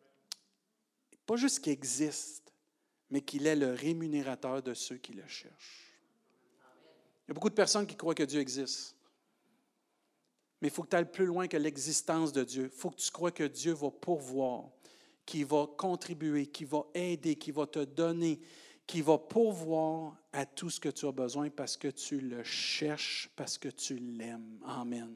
Pas juste qu'il existe, mais qu'il est le rémunérateur de ceux qui le cherchent. Amen. Il y a beaucoup de personnes qui croient que Dieu existe. Mais il faut que tu ailles plus loin que l'existence de Dieu. Il faut que tu crois que Dieu va pourvoir, qu'il va contribuer, qu'il va aider, qu'il va te donner, qui va pourvoir à tout ce que tu as besoin parce que tu le cherches, parce que tu l'aimes. Amen.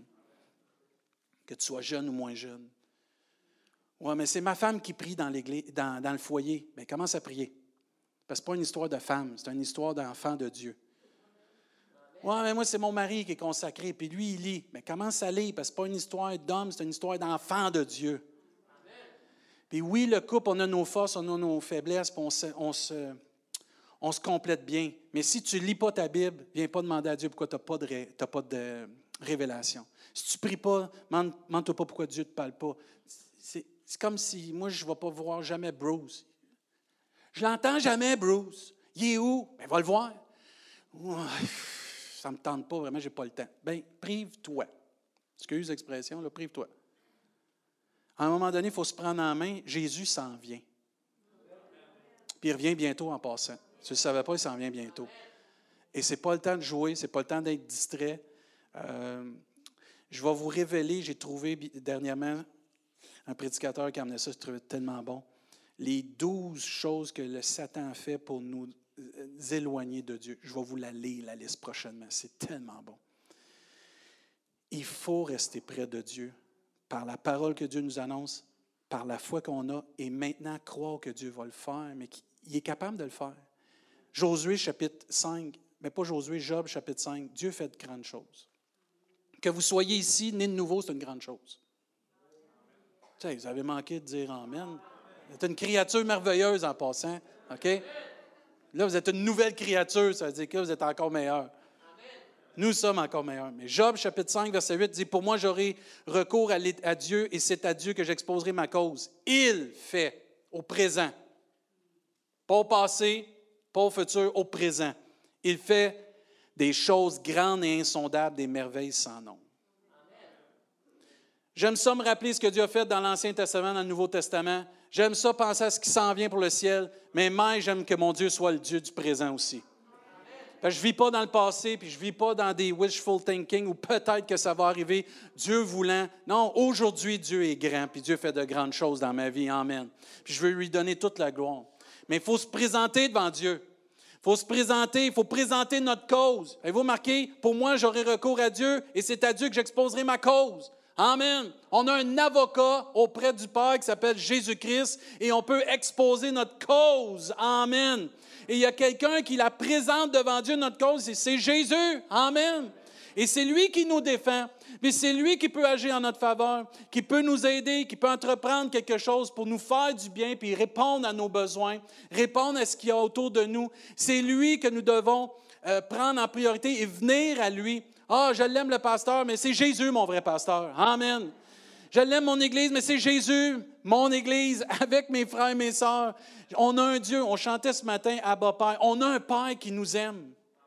Que tu sois jeune ou moins jeune. Oui, mais c'est ma femme qui prie dans, l'église, dans, dans le foyer. Bien, commence à prier. Parce que ce n'est pas une histoire de femme, c'est une histoire d'enfant de Dieu. Oui, mais moi, c'est mon mari qui est consacré, puis lui, il lit. Bien, commence à lire, parce que ce n'est pas une histoire d'homme, c'est une histoire d'enfant de Dieu. Puis oui, le couple, on a nos forces, on a nos faiblesses, puis on se... On se On se complète bien. Mais si tu ne lis pas ta Bible, viens pas demander à Dieu pourquoi tu n'as pas, pas de révélation. Si tu ne pries pas, ne demande-toi pas pourquoi Dieu ne te parle pas. C'est, c'est comme si, moi, je ne vais pas voir jamais Bruce. Je l'entends jamais, Bruce. Il est où? Bien, va le voir. Oh, ça ne me tente pas, vraiment, je n'ai pas le temps. Bien, prive-toi. Excuse l'expression, là, prive-toi. À un moment donné, il faut se prendre en main. Jésus s'en vient. Puis il revient bientôt en passant. Si tu ne le savais pas, il s'en vient bientôt. Et ce n'est pas le temps de jouer, ce n'est pas le temps d'être distrait. Euh, je vais vous révéler, j'ai trouvé dernièrement un prédicateur qui a amené ça, je trouvais tellement bon. Les douze choses que le Satan fait pour nous éloigner de Dieu. Je vais vous la lire, la liste prochainement. C'est tellement bon. Il faut rester près de Dieu par la parole que Dieu nous annonce, par la foi qu'on a, et maintenant croire que Dieu va le faire, mais qu'il est capable de le faire. Josué, chapitre cinq, mais pas Josué, Job, chapitre cinq, Dieu fait de grandes choses. Que vous soyez ici, né de nouveau, c'est une grande chose. Tu sais, vous avez manqué de dire Amen. Vous êtes une créature merveilleuse en passant. OK? Là, vous êtes une nouvelle créature. Ça veut dire que là, vous êtes encore meilleur. Nous sommes encore meilleurs. Mais Job, chapitre cinq, verset huit, dit « Pour moi, j'aurai recours à, à Dieu et c'est à Dieu que j'exposerai ma cause. Il fait au présent. » Pas au passé, pas au futur, au présent. Il fait des choses grandes et insondables, des merveilles sans nom. J'aime ça me rappeler ce que Dieu a fait dans l'Ancien Testament, dans le Nouveau Testament. J'aime ça penser à ce qui s'en vient pour le ciel. Mais moi, j'aime que mon Dieu soit le Dieu du présent aussi. Je ne vis pas dans le passé, puis je ne vis pas dans des wishful thinking où peut-être que ça va arriver, Dieu voulant. Non, aujourd'hui, Dieu est grand, puis Dieu fait de grandes choses dans ma vie. Amen. Puis je veux lui donner toute la gloire. Mais il faut se présenter devant Dieu. Il faut se présenter, il faut présenter notre cause. Avez-vous remarqué? Pour moi, j'aurai recours à Dieu et c'est à Dieu que j'exposerai ma cause. Amen. On a un avocat auprès du Père qui s'appelle Jésus-Christ et on peut exposer notre cause. Amen. Et il y a quelqu'un qui la présente devant Dieu, notre cause, et c'est Jésus. Amen. Et c'est lui qui nous défend. Mais c'est lui qui peut agir en notre faveur, qui peut nous aider, qui peut entreprendre quelque chose pour nous faire du bien, puis répondre à nos besoins, répondre à ce qu'il y a autour de nous. C'est lui que nous devons euh, prendre en priorité et venir à lui. Ah, je l'aime le pasteur, mais c'est Jésus mon vrai pasteur. Amen. Je l'aime mon Église, mais c'est Jésus, mon Église, avec mes frères et mes sœurs. On a un Dieu, on chantait ce matin, Abba Père. On a un Père qui nous aime.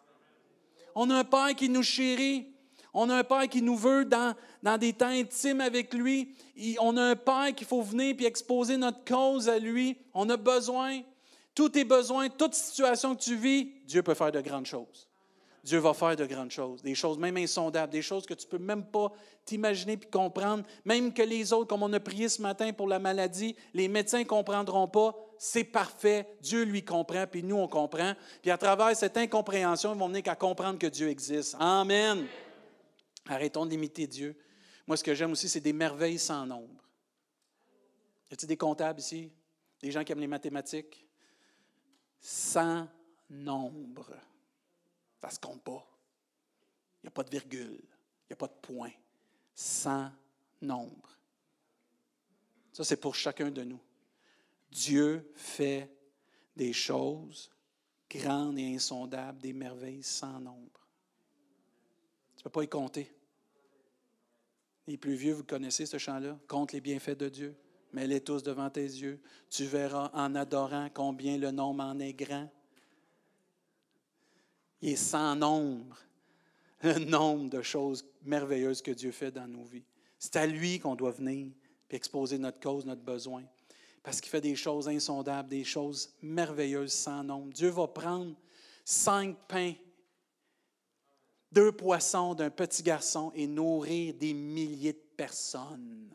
On a un Père qui nous chérit. On a un Père qui nous veut dans, dans des temps intimes avec lui. Et on a un Père qu'il faut venir et exposer notre cause à lui. On a besoin, tous tes besoins, toute situation que tu vis, Dieu peut faire de grandes choses. Dieu va faire de grandes choses, des choses même insondables, des choses que tu ne peux même pas t'imaginer et comprendre, même que les autres, comme on a prié ce matin pour la maladie, les médecins ne comprendront pas, c'est parfait, Dieu lui comprend, puis nous on comprend. Puis à travers cette incompréhension, ils vont venir qu'à comprendre que Dieu existe. Amen. Arrêtons d'imiter Dieu. Moi, ce que j'aime aussi, c'est des merveilles sans nombre. Y a-t-il des comptables ici? Des gens qui aiment les mathématiques? Sans nombre. Ça ne se compte pas. Il n'y a pas de virgule. Il n'y a pas de point. Sans nombre. Ça, c'est pour chacun de nous. Dieu fait des choses grandes et insondables, des merveilles sans nombre. Tu ne peux pas y compter. Les plus vieux, vous connaissez ce chant-là? Compte les bienfaits de Dieu. Mets-les tous devant tes yeux. Tu verras en adorant combien le nombre en est grand. Il est sans nombre, le nombre de choses merveilleuses que Dieu fait dans nos vies. C'est à lui qu'on doit venir et exposer notre cause, notre besoin. Parce qu'il fait des choses insondables, des choses merveilleuses sans nombre. Dieu va prendre cinq pains, deux poissons d'un petit garçon et nourrir des milliers de personnes.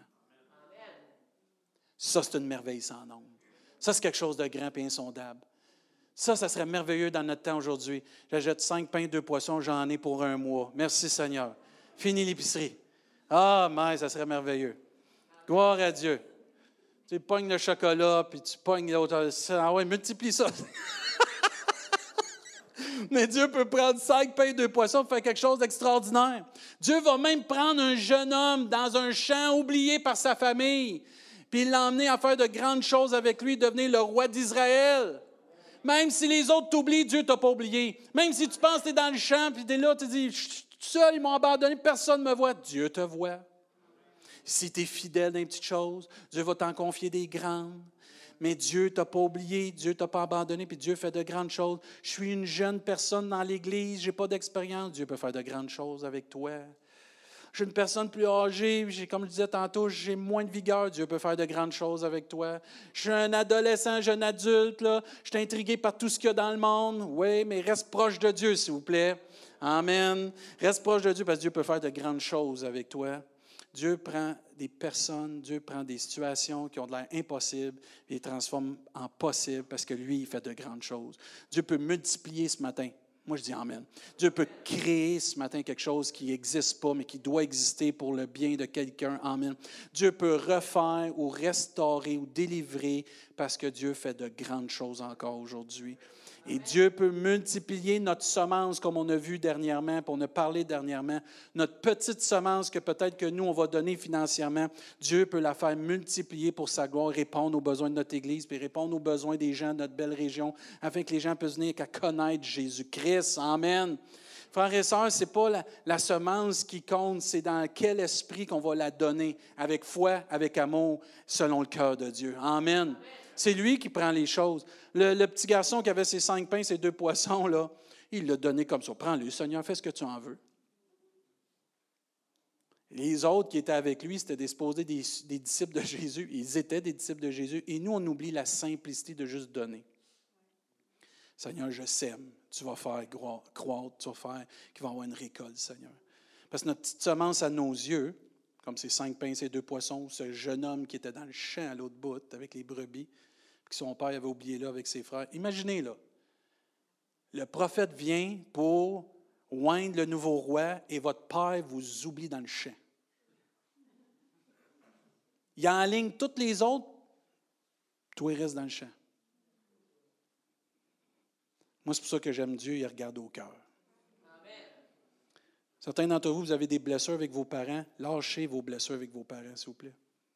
Ça, c'est une merveille sans nombre. Ça, c'est quelque chose de grand et insondable. Ça, ça serait merveilleux dans notre temps aujourd'hui. J'achète cinq pains, deux poissons, j'en ai pour un mois. Merci Seigneur. Fini l'épicerie. Ah, mais ça serait merveilleux. Gloire à Dieu. Tu pognes le chocolat, puis tu pognes l'autre. Ah ouais, multiplie ça. Mais Dieu peut prendre cinq pains, deux poissons, faire quelque chose d'extraordinaire. Dieu va même prendre un jeune homme dans un champ oublié par sa famille, puis l'emmener à faire de grandes choses avec lui, devenir le roi d'Israël. Même si les autres t'oublient, Dieu ne t'a pas oublié. Même si tu penses que tu es dans le champ, puis tu es là, tu te dis, je suis tout seul, ils m'ont abandonné, personne ne me voit. Dieu te voit. Si tu es fidèle dans les petites choses, Dieu va t'en confier des grandes. Mais Dieu ne t'a pas oublié, Dieu ne t'a pas abandonné, puis Dieu fait de grandes choses. Je suis une jeune personne dans l'Église, je n'ai pas d'expérience. Dieu peut faire de grandes choses avec toi. Je suis une personne plus âgée, j'ai, comme je disais tantôt, j'ai moins de vigueur. Dieu peut faire de grandes choses avec toi. Je suis un adolescent, jeune adulte, là. Je suis intrigué par tout ce qu'il y a dans le monde. Oui, mais reste proche de Dieu, s'il vous plaît. Amen. Reste proche de Dieu parce que Dieu peut faire de grandes choses avec toi. Dieu prend des personnes, Dieu prend des situations qui ont de l'air impossibles et les transforme en possibles parce que lui, il fait de grandes choses. Dieu peut multiplier ce matin. Moi, je dis Amen. Dieu peut créer ce matin quelque chose qui n'existe pas, mais qui doit exister pour le bien de quelqu'un. Amen. Dieu peut refaire ou restaurer ou délivrer parce que Dieu fait de grandes choses encore aujourd'hui. Et Dieu peut multiplier notre semence, comme on a vu dernièrement, puis on a parlé dernièrement. Notre petite semence que peut-être que nous, on va donner financièrement, Dieu peut la faire multiplier pour sa gloire, répondre aux besoins de notre Église, puis répondre aux besoins des gens de notre belle région, afin que les gens puissent venir qu'à connaître Jésus-Christ. Amen. Frères et sœurs, ce n'est pas la, la semence qui compte, c'est dans quel esprit qu'on va la donner, avec foi, avec amour, selon le cœur de Dieu. Amen. Amen. C'est lui qui prend les choses. Le, le petit garçon qui avait ses cinq pains, ses deux poissons, là, il l'a donné comme ça. Prends-le, Seigneur, fais ce que tu en veux. Les autres qui étaient avec lui, c'était supposés des, des disciples de Jésus. Ils étaient des disciples de Jésus. Et nous, on oublie la simplicité de juste donner. Seigneur, je sème. Tu vas faire croître, tu vas faire qu'il va y avoir une récolte, Seigneur. Parce que notre petite semence à nos yeux, comme ces cinq pains, ces deux poissons, ce jeune homme qui était dans le champ à l'autre bout avec les brebis, que son père avait oublié là avec ses frères. Imaginez là, le prophète vient pour oindre le nouveau roi et votre père vous oublie dans le champ. Il enligne toutes les autres, toi, il reste dans le champ. Moi, c'est pour ça que j'aime Dieu, il regarde au cœur. Amen. Certains d'entre vous, vous avez des blessures avec vos parents. Lâchez vos blessures avec vos parents, s'il vous plaît.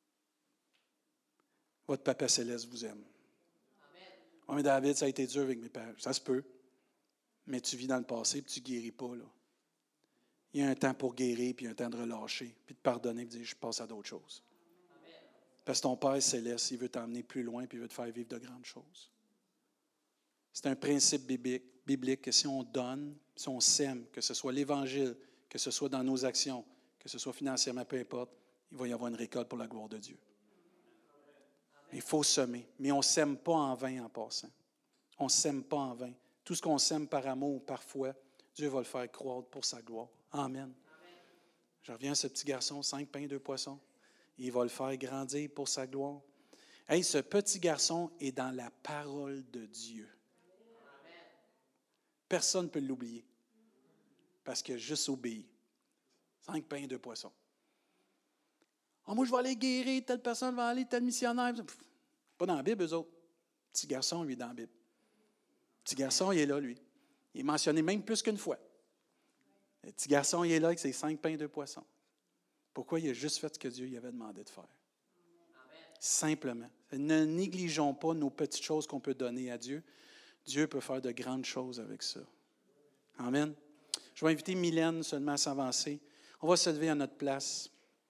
Votre Papa Céleste vous aime. Oui, mais David, ça a été dur avec mes parents. Ça se peut. Mais tu vis dans le passé et tu ne guéris pas. Là. Il y a un temps pour guérir, puis un temps de relâcher, puis de pardonner, puis de dire, je passe à d'autres choses. Amen. Parce que ton Père Céleste, il veut t'emmener plus loin, puis il veut te faire vivre de grandes choses. C'est un principe biblique, biblique que si on donne, si on sème, que ce soit l'Évangile, que ce soit dans nos actions, que ce soit financièrement, peu importe, il va y avoir une récolte pour la gloire de Dieu. Il faut semer, mais on ne sème pas en vain en passant. On ne sème pas en vain. Tout ce qu'on sème par amour, parfois, Dieu va le faire croître pour sa gloire. Amen. Amen. Je reviens à ce petit garçon, cinq pains, deux poissons. Il va le faire grandir pour sa gloire. Hey, ce petit garçon est dans la parole de Dieu. Amen. Personne ne peut l'oublier parce qu'il a juste obéi. Cinq pains, deux poissons. Oh, moi, je vais aller guérir, telle personne va aller, tel missionnaire. Pas dans la Bible, eux autres. Petit garçon, lui, est dans la Bible. Petit garçon, il est là, lui. Il est mentionné même plus qu'une fois. Le petit garçon, il est là avec ses cinq pains et deux poissons. Pourquoi? Il a juste fait ce que Dieu lui avait demandé de faire. Amen. Simplement. Ne négligeons pas nos petites choses qu'on peut donner à Dieu. Dieu peut faire de grandes choses avec ça. Amen. Je vais inviter Mylène seulement à s'avancer. On va se lever à notre place.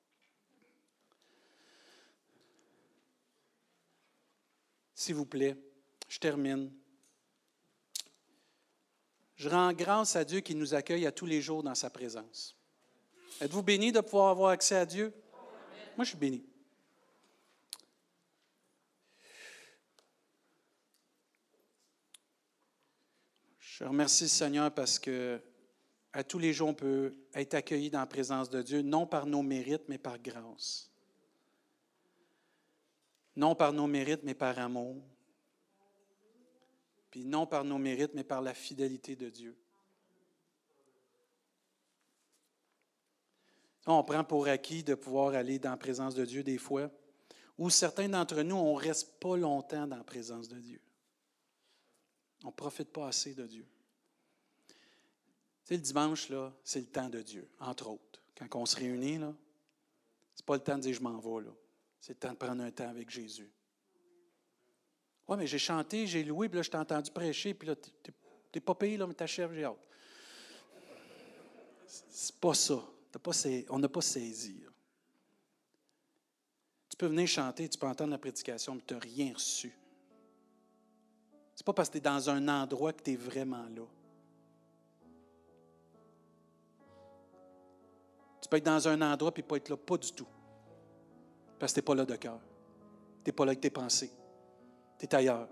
S'il vous plaît, je termine. Je rends grâce à Dieu qui nous accueille à tous les jours dans sa présence. Êtes-vous bénis de pouvoir avoir accès à Dieu? Amen. Moi, je suis béni. Je remercie le Seigneur parce que à tous les jours, on peut être accueilli dans la présence de Dieu, non par nos mérites, mais par grâce. Non par nos mérites, mais par amour. Puis non par nos mérites, mais par la fidélité de Dieu. On prend pour acquis de pouvoir aller dans la présence de Dieu des fois, où certains d'entre nous, on ne reste pas longtemps dans la présence de Dieu. On ne profite pas assez de Dieu. Tu sais, le dimanche, là, c'est le temps de Dieu, entre autres. Quand on se réunit, là, c'est pas le temps de dire « je m'en vais », là. C'est le temps de prendre un temps avec Jésus. Oui, mais j'ai chanté, j'ai loué, puis là, je t'ai entendu prêcher, puis là, tu n'es pas payé, là, mais ta chef, j'ai hâte. C'est pas ça. T'as pas, on n'a pas saisi. Là. Tu peux venir chanter, tu peux entendre la prédication, mais tu n'as rien reçu. C'est pas parce que tu es dans un endroit que tu es vraiment là. Tu peux être dans un endroit et pas être là, pas du tout. Parce que tu n'es pas là de cœur. Tu n'es pas là avec tes pensées. Tu es ailleurs.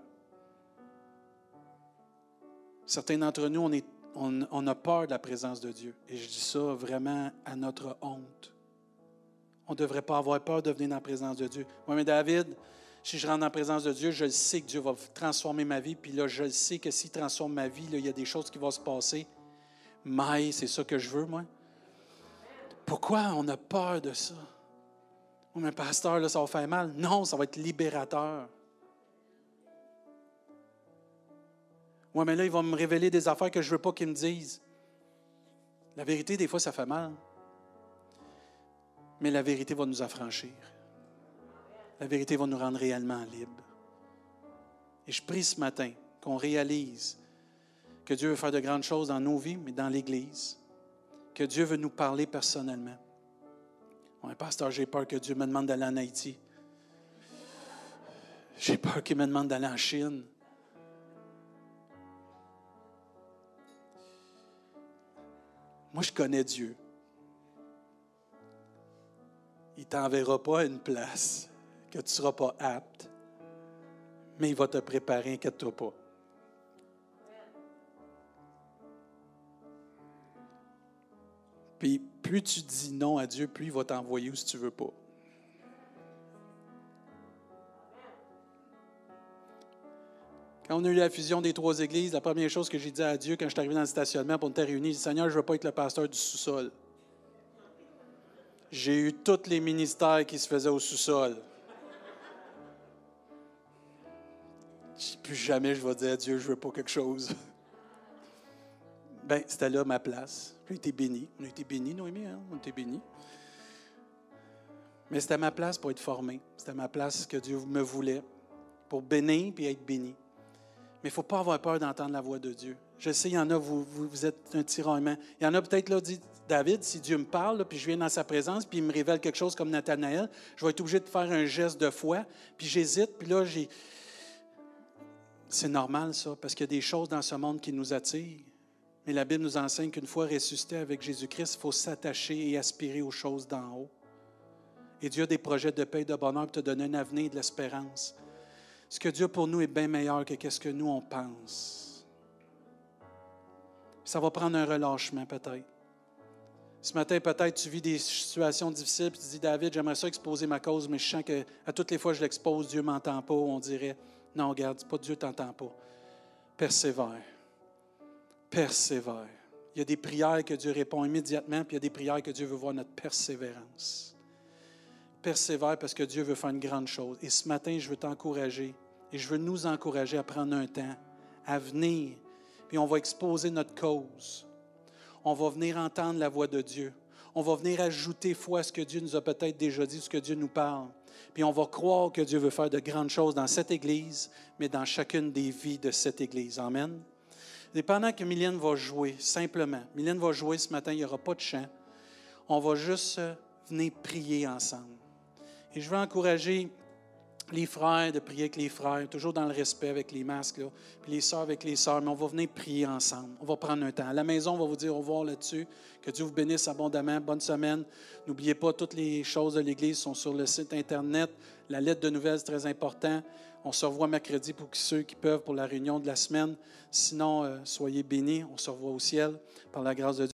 Certains d'entre nous, on, est, on, on a peur de la présence de Dieu. Et je dis ça vraiment à notre honte. On ne devrait pas avoir peur de venir dans la présence de Dieu. Moi, mais David, si je rentre dans la présence de Dieu, je le sais que Dieu va transformer ma vie. Puis là, je le sais que s'il transforme ma vie, là, il y a des choses qui vont se passer. Mais c'est ça que je veux, moi. Pourquoi on a peur de ça? Oh, mais pasteur, là, ça va faire mal. Non, ça va être libérateur. Ouais, mais là, il va me révéler des affaires que je ne veux pas qu'il me dise. La vérité, des fois, ça fait mal. Mais la vérité va nous affranchir. La vérité va nous rendre réellement libres. Et je prie ce matin qu'on réalise que Dieu veut faire de grandes choses dans nos vies, mais dans l'Église. Que Dieu veut nous parler personnellement. Ouais, pasteur, j'ai peur que Dieu me demande d'aller en Haïti. J'ai peur qu'il me demande d'aller en Chine. Moi, je connais Dieu. Il ne t'enverra pas à une place que tu ne seras pas apte, mais il va te préparer, inquiète-toi pas. Puis, plus tu dis non à Dieu, plus il va t'envoyer où si tu ne veux pas. Quand on a eu la fusion des trois églises, la première chose que j'ai dit à Dieu quand je suis arrivé dans le stationnement pour une terre réunie, j'ai dit, Seigneur, je ne veux pas être le pasteur du sous-sol. J'ai eu tous les ministères qui se faisaient au sous-sol. Plus jamais je vais dire à Dieu, je ne veux pas quelque chose. Bien, c'était là ma place. J'ai été béni. On a été bénis, Noémie, hein? On a été bénis. Mais c'était ma place pour être formé. C'était ma place que Dieu me voulait pour bénir et être béni. Mais il ne faut pas avoir peur d'entendre la voix de Dieu. Je sais, il y en a, vous, vous, vous êtes un tiraillement. Il y en a peut-être là, dit David, si Dieu me parle, là, puis je viens dans sa présence, puis il me révèle quelque chose comme Nathanaël, je vais être obligé de faire un geste de foi, puis j'hésite, puis là, j'ai... C'est normal, ça, parce qu'il y a des choses dans ce monde qui nous attirent. Mais la Bible nous enseigne qu'une fois ressuscité avec Jésus-Christ, il faut s'attacher et aspirer aux choses d'en haut. Et Dieu a des projets de paix et de bonheur pour te donner un avenir et de l'espérance. Ce que Dieu a pour nous est bien meilleur que ce que nous, on pense. Ça va prendre un relâchement, peut-être. Ce matin, peut-être, tu vis des situations difficiles, puis tu dis, David, j'aimerais ça exposer ma cause, mais je sens qu'à toutes les fois que je l'expose, Dieu ne m'entend pas. On dirait, non, regarde, c'est pas Dieu ne t'entend pas. Persévère. Persévère. Il y a des prières que Dieu répond immédiatement, puis il y a des prières que Dieu veut voir notre persévérance. Persévère parce que Dieu veut faire une grande chose. Et ce matin, je veux t'encourager, et je veux nous encourager à prendre un temps, à venir, puis on va exposer notre cause. On va venir entendre la voix de Dieu. On va venir ajouter foi à ce que Dieu nous a peut-être déjà dit, ce que Dieu nous parle. Puis on va croire que Dieu veut faire de grandes choses dans cette Église, mais dans chacune des vies de cette Église. Amen. Et pendant que Mylène va jouer, simplement, Mylène va jouer ce matin, il n'y aura pas de chant. On va juste venir prier ensemble. Et je veux encourager les frères de prier avec les frères, toujours dans le respect avec les masques, là, puis les sœurs avec les sœurs, mais on va venir prier ensemble. On va prendre un temps. À la maison, on va vous dire au revoir là-dessus. Que Dieu vous bénisse abondamment. Bonne semaine. N'oubliez pas, toutes les choses de l'Église sont sur le site Internet. La lettre de nouvelles, c'est très important. On se revoit mercredi pour ceux qui peuvent pour la réunion de la semaine. Sinon, euh, soyez bénis. On se revoit au ciel par la grâce de Dieu.